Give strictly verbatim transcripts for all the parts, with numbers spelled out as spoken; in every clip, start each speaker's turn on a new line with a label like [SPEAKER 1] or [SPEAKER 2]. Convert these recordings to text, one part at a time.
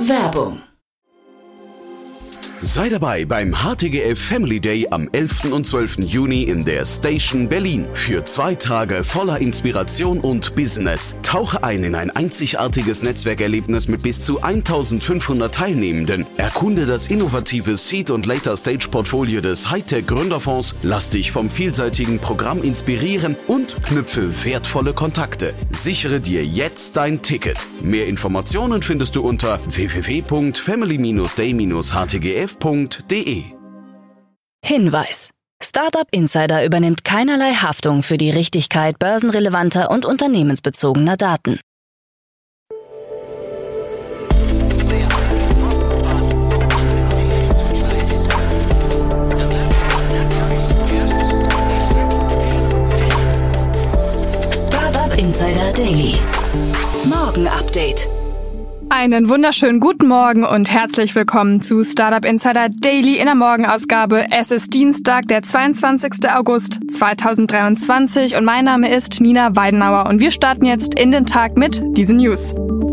[SPEAKER 1] Werbung.
[SPEAKER 2] Sei dabei beim H T G F Family Day am elften und zwölften Juni in der Station Berlin. Für zwei Tage voller Inspiration und Business. Tauche ein in ein einzigartiges Netzwerkerlebnis mit bis zu eintausendfünfhundert Teilnehmenden. Erkunde das innovative Seed- und Later-Stage-Portfolio des Hightech-Gründerfonds. Lass dich vom vielseitigen Programm inspirieren und knüpfe wertvolle Kontakte. Sichere dir jetzt dein Ticket. Mehr Informationen findest du unter w w w punkt family day dash h t g f punkt d e.
[SPEAKER 1] Hinweis: Startup Insider übernimmt keinerlei Haftung für die Richtigkeit börsenrelevanter und unternehmensbezogener Daten. Startup Insider Daily. Morgen Update.
[SPEAKER 3] Einen wunderschönen guten Morgen und herzlich willkommen zu Startup Insider Daily in der Morgenausgabe. Es ist Dienstag, der zweiundzwanzigster August zweitausenddreiundzwanzig und mein Name ist Nina Weidenauer und wir starten jetzt in den Tag mit diesen News.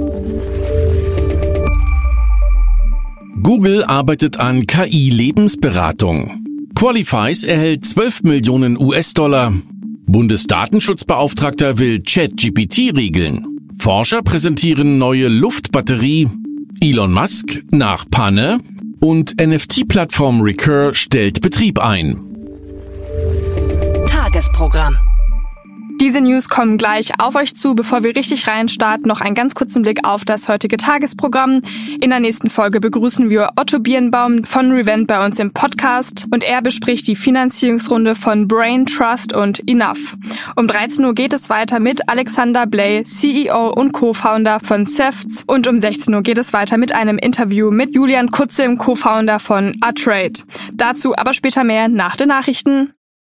[SPEAKER 4] Google arbeitet an K I-Lebensberatung. Qualifies erhält zwölf Millionen U S-Dollar. Bundesdatenschutzbeauftragter will ChatGPT regeln. Forscher präsentieren neue Luftbatterie, Elon Musk nach Panne und N F T-Plattform Recur stellt Betrieb ein.
[SPEAKER 1] Tagesprogramm.
[SPEAKER 3] Diese News kommen gleich auf euch zu. Bevor wir richtig reinstarten, noch einen ganz kurzen Blick auf das heutige Tagesprogramm. In der nächsten Folge begrüßen wir Otto Birnbaum von Revent bei uns im Podcast und er bespricht die Finanzierungsrunde von Brain Trust und Enough. Um dreizehn Uhr geht es weiter mit Alexander Bley, C E O und Co-Founder von Sefts und um sechzehn Uhr geht es weiter mit einem Interview mit Julian Kutzim, Co-Founder von Atrade. Dazu aber später mehr nach den Nachrichten.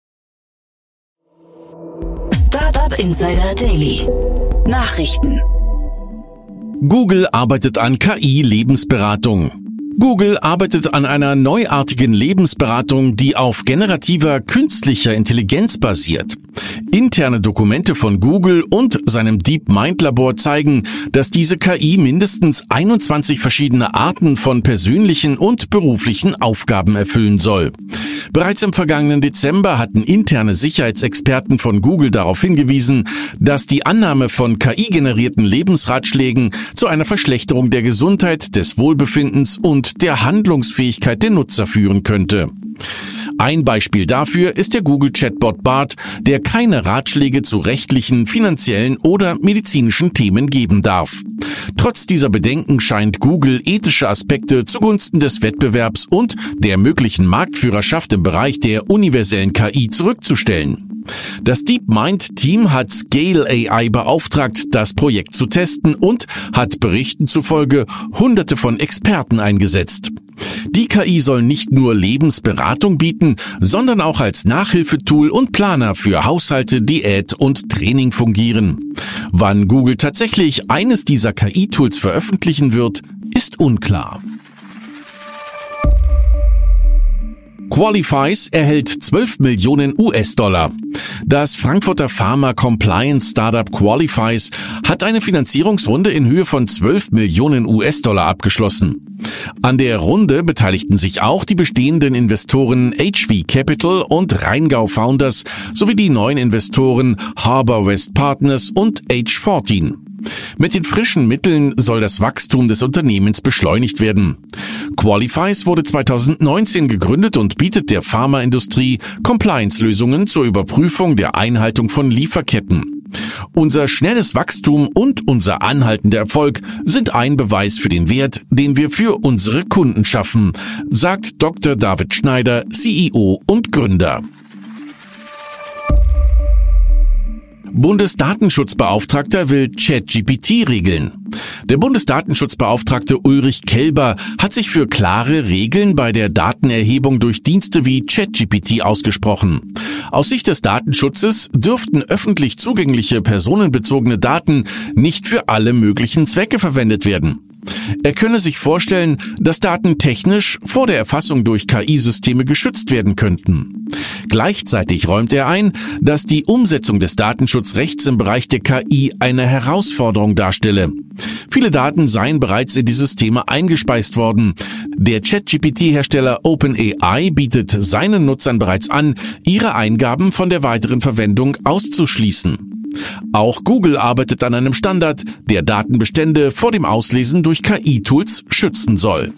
[SPEAKER 1] Startup Insider Daily. Nachrichten.
[SPEAKER 4] Google arbeitet an K I-Lebensberatung. Google arbeitet an einer neuartigen Lebensberatung, die auf generativer künstlicher Intelligenz basiert. Interne Dokumente von Google und seinem DeepMind-Labor zeigen, dass diese K I mindestens einundzwanzig verschiedene Arten von persönlichen und beruflichen Aufgaben erfüllen soll. Bereits im vergangenen Dezember hatten interne Sicherheitsexperten von Google darauf hingewiesen, dass die Annahme von K I-generierten Lebensratschlägen zu einer Verschlechterung der Gesundheit, des Wohlbefindens und der Handlungsfähigkeit der Nutzer führen könnte. Ein Beispiel dafür ist der Google-Chatbot Bart, der keine Ratschläge zu rechtlichen, finanziellen oder medizinischen Themen geben darf. Trotz dieser Bedenken scheint Google ethische Aspekte zugunsten des Wettbewerbs und der möglichen Marktführerschaft im Bereich der universellen K I zurückzustellen. Das DeepMind-Team hat Scale A I beauftragt, das Projekt zu testen und hat Berichten zufolge Hunderte von Experten eingesetzt. Die K I soll nicht nur Lebensberatung bieten, sondern auch als Nachhilfetool und Planer für Haushalte, Diät und Training fungieren. Wann Google tatsächlich eines dieser K I-Tools veröffentlichen wird, ist unklar. Qualifies erhält zwölf Millionen U S-Dollar. Das Frankfurter Pharma-Compliance-Startup Qualifies hat eine Finanzierungsrunde in Höhe von zwölf Millionen U S-Dollar abgeschlossen. An der Runde beteiligten sich auch die bestehenden Investoren H V Capital und Rheingau Founders sowie die neuen Investoren Harbor West Partners und H vierzehn. Mit den frischen Mitteln soll das Wachstum des Unternehmens beschleunigt werden. Qualifies wurde zweitausendneunzehn gegründet und bietet der Pharmaindustrie Compliance-Lösungen zur Überprüfung der Einhaltung von Lieferketten. Unser schnelles Wachstum und unser anhaltender Erfolg sind ein Beweis für den Wert, den wir für unsere Kunden schaffen, sagt Doktor David Schneider, C E O und Gründer. Bundesdatenschutzbeauftragter will ChatGPT regeln. Der Bundesdatenschutzbeauftragte Ulrich Kelber hat sich für klare Regeln bei der Datenerhebung durch Dienste wie ChatGPT ausgesprochen. Aus Sicht des Datenschutzes dürften öffentlich zugängliche personenbezogene Daten nicht für alle möglichen Zwecke verwendet werden. Er könne sich vorstellen, dass Daten technisch vor der Erfassung durch K I-Systeme geschützt werden könnten. Gleichzeitig räumt er ein, dass die Umsetzung des Datenschutzrechts im Bereich der K I eine Herausforderung darstelle. Viele Daten seien bereits in die Systeme eingespeist worden. Der ChatGPT Hersteller OpenAI bietet seinen Nutzern bereits an, ihre Eingaben von der weiteren Verwendung auszuschließen. Auch Google arbeitet an einem Standard, der Datenbestände vor dem Auslesen durch K I-Tools schützen soll.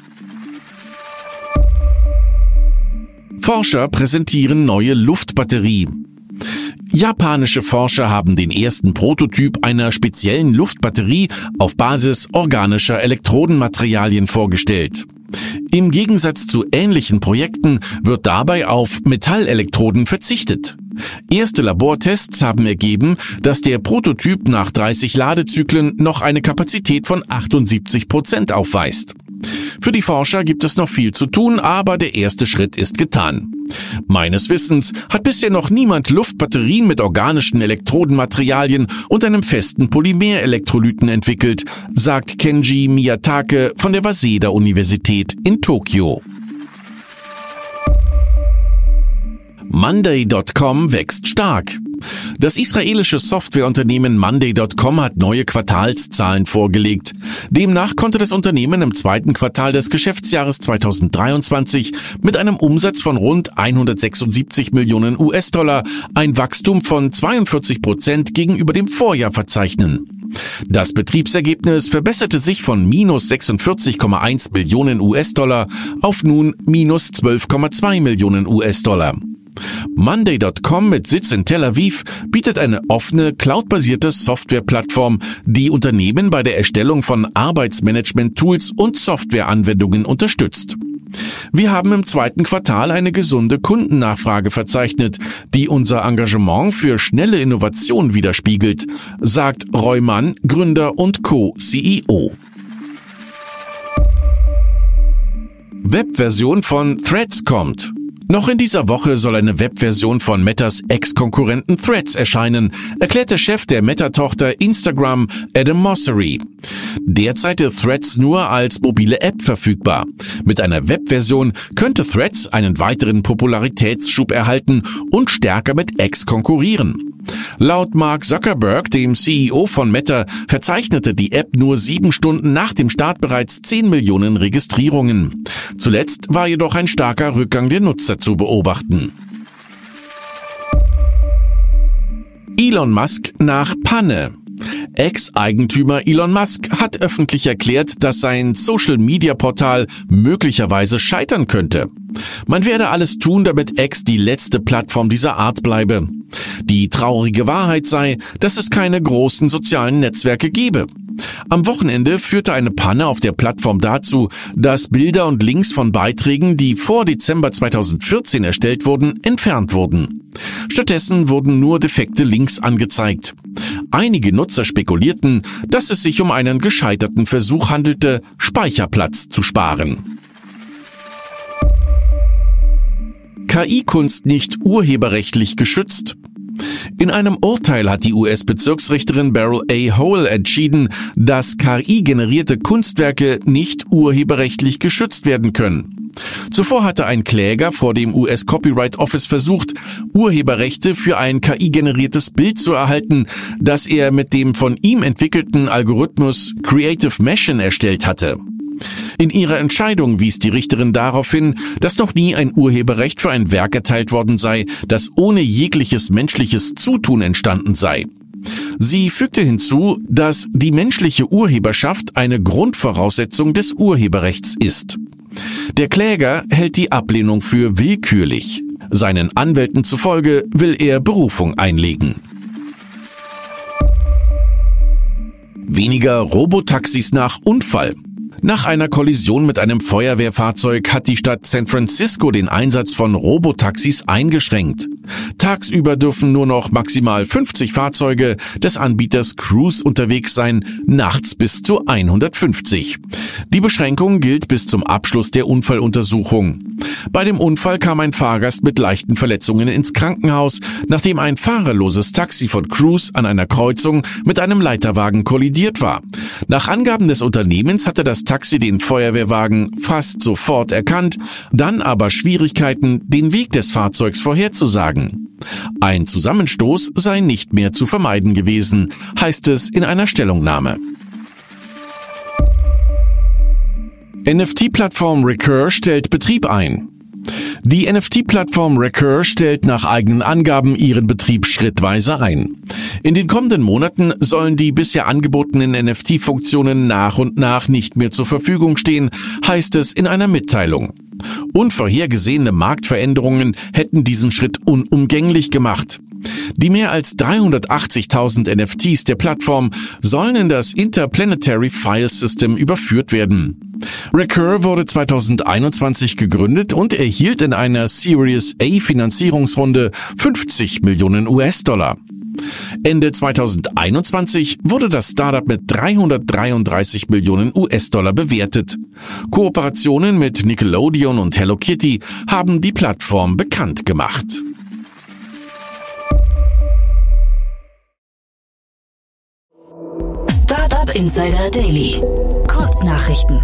[SPEAKER 4] Forscher präsentieren neue Luftbatterie. Japanische Forscher haben den ersten Prototyp einer speziellen Luftbatterie auf Basis organischer Elektrodenmaterialien vorgestellt. Im Gegensatz zu ähnlichen Projekten wird dabei auf Metallelektroden verzichtet. Erste Labortests haben ergeben, dass der Prototyp nach dreißig Ladezyklen noch eine Kapazität von achtundsiebzig Prozent aufweist. Für die Forscher gibt es noch viel zu tun, aber der erste Schritt ist getan. Meines Wissens hat bisher noch niemand Luftbatterien mit organischen Elektrodenmaterialien und einem festen Polymerelektrolyten entwickelt, sagt Kenji Miyatake von der Waseda-Universität in Tokio. Monday Punkt com wächst stark. Das israelische Softwareunternehmen Monday Punkt com hat neue Quartalszahlen vorgelegt. Demnach konnte das Unternehmen im zweiten Quartal des Geschäftsjahres zweitausenddreiundzwanzig mit einem Umsatz von rund hundertsechsundsiebzig Millionen U S-Dollar ein Wachstum von zweiundvierzig Prozent gegenüber dem Vorjahr verzeichnen. Das Betriebsergebnis verbesserte sich von minus sechsundvierzig Komma eins Millionen U S-Dollar auf nun minus zwölf Komma zwei Millionen U S-Dollar. Monday Punkt com mit Sitz in Tel Aviv bietet eine offene, cloudbasierte Softwareplattform, die Unternehmen bei der Erstellung von Arbeitsmanagement-Tools und Softwareanwendungen unterstützt. Wir haben im zweiten Quartal eine gesunde Kundennachfrage verzeichnet, die unser Engagement für schnelle Innovation widerspiegelt, sagt Roy Mann, Gründer und Co-C E O. Webversion von Threads kommt. Noch in dieser Woche soll eine Webversion von Metas Ex-Konkurrenten Threads erscheinen, erklärt der Chef der Meta-Tochter Instagram, Adam Mosseri. Derzeit ist Threads nur als mobile App verfügbar. Mit einer Webversion könnte Threads einen weiteren Popularitätsschub erhalten und stärker mit X konkurrieren. Laut Mark Zuckerberg, dem C E O von Meta, verzeichnete die App nur sieben Stunden nach dem Start bereits zehn Millionen Registrierungen. Zuletzt war jedoch ein starker Rückgang der Nutzer zu beobachten. Elon Musk nach Panne. Ex-Eigentümer Elon Musk hat öffentlich erklärt, dass sein Social-Media-Portal möglicherweise scheitern könnte. Man werde alles tun, damit X die letzte Plattform dieser Art bleibe. Die traurige Wahrheit sei, dass es keine großen sozialen Netzwerke gebe. Am Wochenende führte eine Panne auf der Plattform dazu, dass Bilder und Links von Beiträgen, die vor Dezember zweitausendvierzehn erstellt wurden, entfernt wurden. Stattdessen wurden nur defekte Links angezeigt. Einige Nutzer spekulierten, dass es sich um einen gescheiterten Versuch handelte, Speicherplatz zu sparen. K I-Kunst nicht urheberrechtlich geschützt? In einem Urteil hat die U S-Bezirksrichterin Beryl A. Howell entschieden, dass K I-generierte Kunstwerke nicht urheberrechtlich geschützt werden können. Zuvor hatte ein Kläger vor dem U S Copyright Office versucht, Urheberrechte für ein K I-generiertes Bild zu erhalten, das er mit dem von ihm entwickelten Algorithmus Creative Machine erstellt hatte. In ihrer Entscheidung wies die Richterin darauf hin, dass noch nie ein Urheberrecht für ein Werk erteilt worden sei, das ohne jegliches menschliches Zutun entstanden sei. Sie fügte hinzu, dass die menschliche Urheberschaft eine Grundvoraussetzung des Urheberrechts ist. Der Kläger hält die Ablehnung für willkürlich. Seinen Anwälten zufolge will er Berufung einlegen. Weniger Robotaxis nach Unfall. Nach einer Kollision mit einem Feuerwehrfahrzeug hat die Stadt San Francisco den Einsatz von Robotaxis eingeschränkt. Tagsüber dürfen nur noch maximal fünfzig Fahrzeuge des Anbieters Cruise unterwegs sein, nachts bis zu hundertfünfzig. Die Beschränkung gilt bis zum Abschluss der Unfalluntersuchung. Bei dem Unfall kam ein Fahrgast mit leichten Verletzungen ins Krankenhaus, nachdem ein fahrerloses Taxi von Cruise an einer Kreuzung mit einem Leiterwagen kollidiert war. Nach Angaben des Unternehmens hatte das Taxi den Feuerwehrwagen fast sofort erkannt, dann aber Schwierigkeiten, den Weg des Fahrzeugs vorherzusagen. Ein Zusammenstoß sei nicht mehr zu vermeiden gewesen, heißt es in einer Stellungnahme. N F T-Plattform Recur stellt Betrieb ein. Die N F T-Plattform Recur stellt nach eigenen Angaben ihren Betrieb schrittweise ein. In den kommenden Monaten sollen die bisher angebotenen N F T-Funktionen nach und nach nicht mehr zur Verfügung stehen, heißt es in einer Mitteilung. Unvorhergesehene Marktveränderungen hätten diesen Schritt unumgänglich gemacht. Die mehr als dreihundertachtzigtausend N F Ts der Plattform sollen in das Interplanetary File System überführt werden. Recur wurde zweitausendeinundzwanzig gegründet und erhielt in einer Series A Finanzierungsrunde fünfzig Millionen U S-Dollar. Ende zweitausendeinundzwanzig wurde das Startup mit dreihundertdreiunddreißig Millionen U S-Dollar bewertet. Kooperationen mit Nickelodeon und Hello Kitty haben die Plattform bekannt gemacht.
[SPEAKER 1] Startup Insider Daily. Kurznachrichten.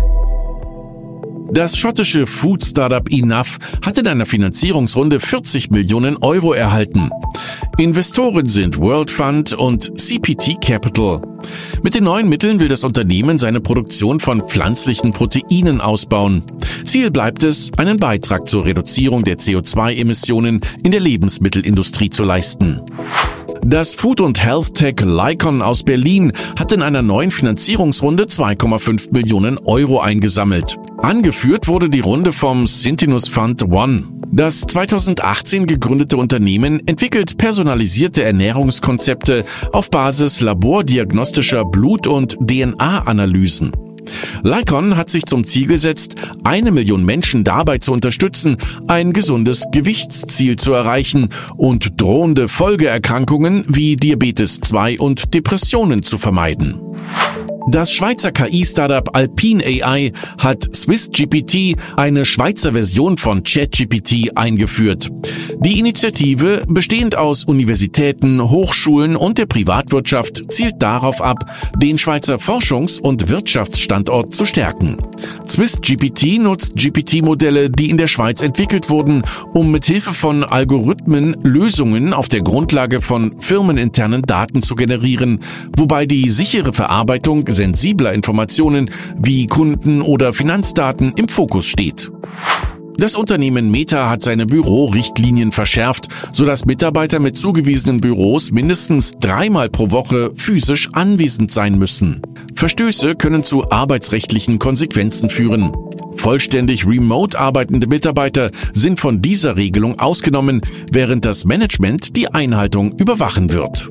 [SPEAKER 4] Das schottische Food-Startup Enough hat in einer Finanzierungsrunde vierzig Millionen Euro erhalten. Investoren sind World Fund und C P T Capital. Mit den neuen Mitteln will das Unternehmen seine Produktion von pflanzlichen Proteinen ausbauen. Ziel bleibt es, einen Beitrag zur Reduzierung der C O zwei Emissionen in der Lebensmittelindustrie zu leisten. Das Food- und Health-Tech Lycon aus Berlin hat in einer neuen Finanzierungsrunde zwei Komma fünf Millionen Euro eingesammelt. Angeführt wurde die Runde vom Sintinus Fund One. Das zweitausendachtzehn gegründete Unternehmen entwickelt personalisierte Ernährungskonzepte auf Basis labordiagnostischer Blut- und D N A-Analysen. Lycon hat sich zum Ziel gesetzt, eine Million Menschen dabei zu unterstützen, ein gesundes Gewichtsziel zu erreichen und drohende Folgeerkrankungen wie Diabetes zwei und Depressionen zu vermeiden. Das Schweizer K I-Startup Alpine A I hat SwissGPT, eine Schweizer Version von ChatGPT, eingeführt. Die Initiative, bestehend aus Universitäten, Hochschulen und der Privatwirtschaft, zielt darauf ab, den Schweizer Forschungs- und Wirtschaftsstandort zu stärken. SwissGPT nutzt G P T-Modelle, die in der Schweiz entwickelt wurden, um mithilfe von Algorithmen Lösungen auf der Grundlage von firmeninternen Daten zu generieren, wobei die sichere Verarbeitung sensibler Informationen wie Kunden- oder Finanzdaten im Fokus steht. Das Unternehmen Meta hat seine Bürorichtlinien verschärft, sodass Mitarbeiter mit zugewiesenen Büros mindestens dreimal pro Woche physisch anwesend sein müssen. Verstöße können zu arbeitsrechtlichen Konsequenzen führen. Vollständig remote arbeitende Mitarbeiter sind von dieser Regelung ausgenommen, während das Management die Einhaltung überwachen wird.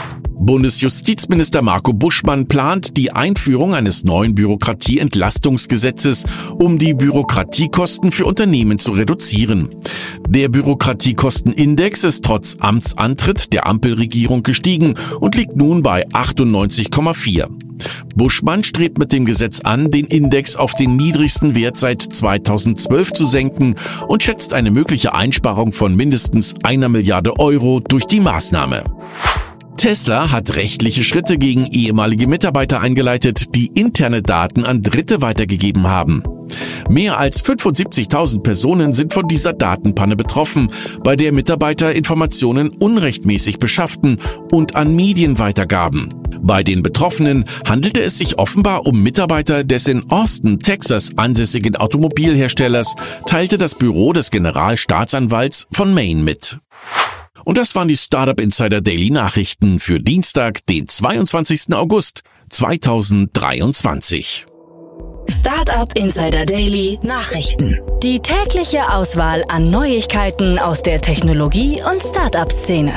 [SPEAKER 4] Bundesjustizminister Marco Buschmann plant die Einführung eines neuen Bürokratieentlastungsgesetzes, um die Bürokratiekosten für Unternehmen zu reduzieren. Der Bürokratiekostenindex ist trotz Amtsantritt der Ampelregierung gestiegen und liegt nun bei achtundneunzig Komma vier. Buschmann strebt mit dem Gesetz an, den Index auf den niedrigsten Wert seit zweitausendzwölf zu senken und schätzt eine mögliche Einsparung von mindestens einer Milliarde Euro durch die Maßnahme. Tesla hat rechtliche Schritte gegen ehemalige Mitarbeiter eingeleitet, die interne Daten an Dritte weitergegeben haben. Mehr als fünfundsiebzigtausend Personen sind von dieser Datenpanne betroffen, bei der Mitarbeiter Informationen unrechtmäßig beschafften und an Medien weitergaben. Bei den Betroffenen handelte es sich offenbar um Mitarbeiter des in Austin, Texas ansässigen Automobilherstellers, teilte das Büro des Generalstaatsanwalts von Maine mit. Und das waren die Startup Insider Daily Nachrichten für Dienstag, den zweiundzwanzigsten August zweitausenddreiundzwanzig.
[SPEAKER 1] Startup Insider Daily Nachrichten. Die tägliche Auswahl an Neuigkeiten aus der Technologie- und Startup-Szene.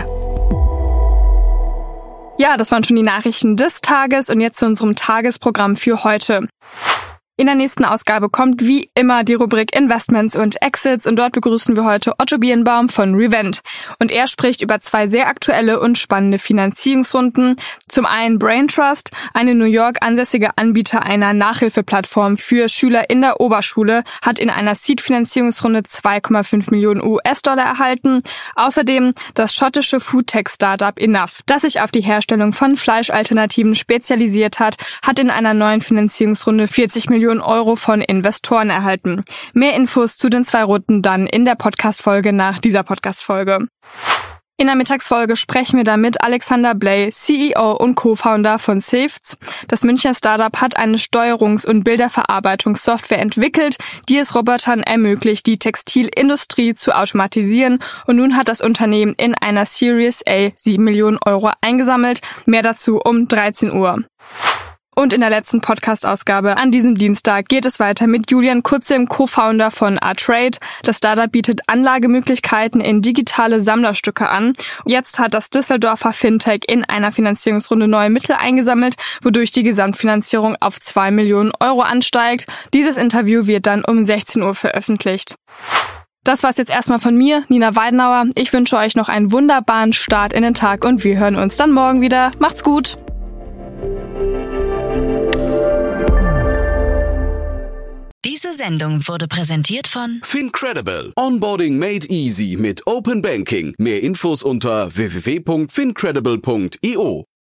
[SPEAKER 3] Ja, das waren schon die Nachrichten des Tages und jetzt zu unserem Tagesprogramm für heute. In der nächsten Ausgabe kommt wie immer die Rubrik Investments und Exits und dort begrüßen wir heute Otto Birnbaum von Revent. Und er spricht über zwei sehr aktuelle und spannende Finanzierungsrunden. Zum einen Braintrust, eine New York ansässige Anbieter einer Nachhilfeplattform für Schüler in der Oberschule, hat in einer Seed-Finanzierungsrunde zwei Komma fünf Millionen U S-Dollar erhalten. Außerdem das schottische Foodtech-Startup Enough, das sich auf die Herstellung von Fleischalternativen spezialisiert hat, hat in einer neuen Finanzierungsrunde vierzig Millionen Euro von Investoren erhalten. Mehr Infos zu den zwei Runden dann in der Podcast-Folge nach dieser Podcast-Folge. In der Mittagsfolge sprechen wir dann mit Alexander Bley, C E O und Co-Founder von Safets. Das Münchner Startup hat eine Steuerungs- und Bilderverarbeitungssoftware entwickelt, die es Robotern ermöglicht, die Textilindustrie zu automatisieren. Und nun hat das Unternehmen in einer Series A sieben Millionen Euro eingesammelt. Mehr dazu um dreizehn Uhr. Und in der letzten Podcast-Ausgabe an diesem Dienstag geht es weiter mit Julian Kutzim, Co-Founder von A-Trade. Das Startup bietet Anlagemöglichkeiten in digitale Sammlerstücke an. Jetzt hat das Düsseldorfer Fintech in einer Finanzierungsrunde neue Mittel eingesammelt, wodurch die Gesamtfinanzierung auf zwei Millionen Euro ansteigt. Dieses Interview wird dann um sechzehn Uhr veröffentlicht. Das war's jetzt erstmal von mir, Nina Weidenauer. Ich wünsche euch noch einen wunderbaren Start in den Tag und wir hören uns dann morgen wieder. Macht's gut!
[SPEAKER 1] Diese Sendung wurde präsentiert von
[SPEAKER 2] Fincredible. Onboarding made easy mit Open Banking. Mehr Infos unter w w w punkt fincredible punkt i o.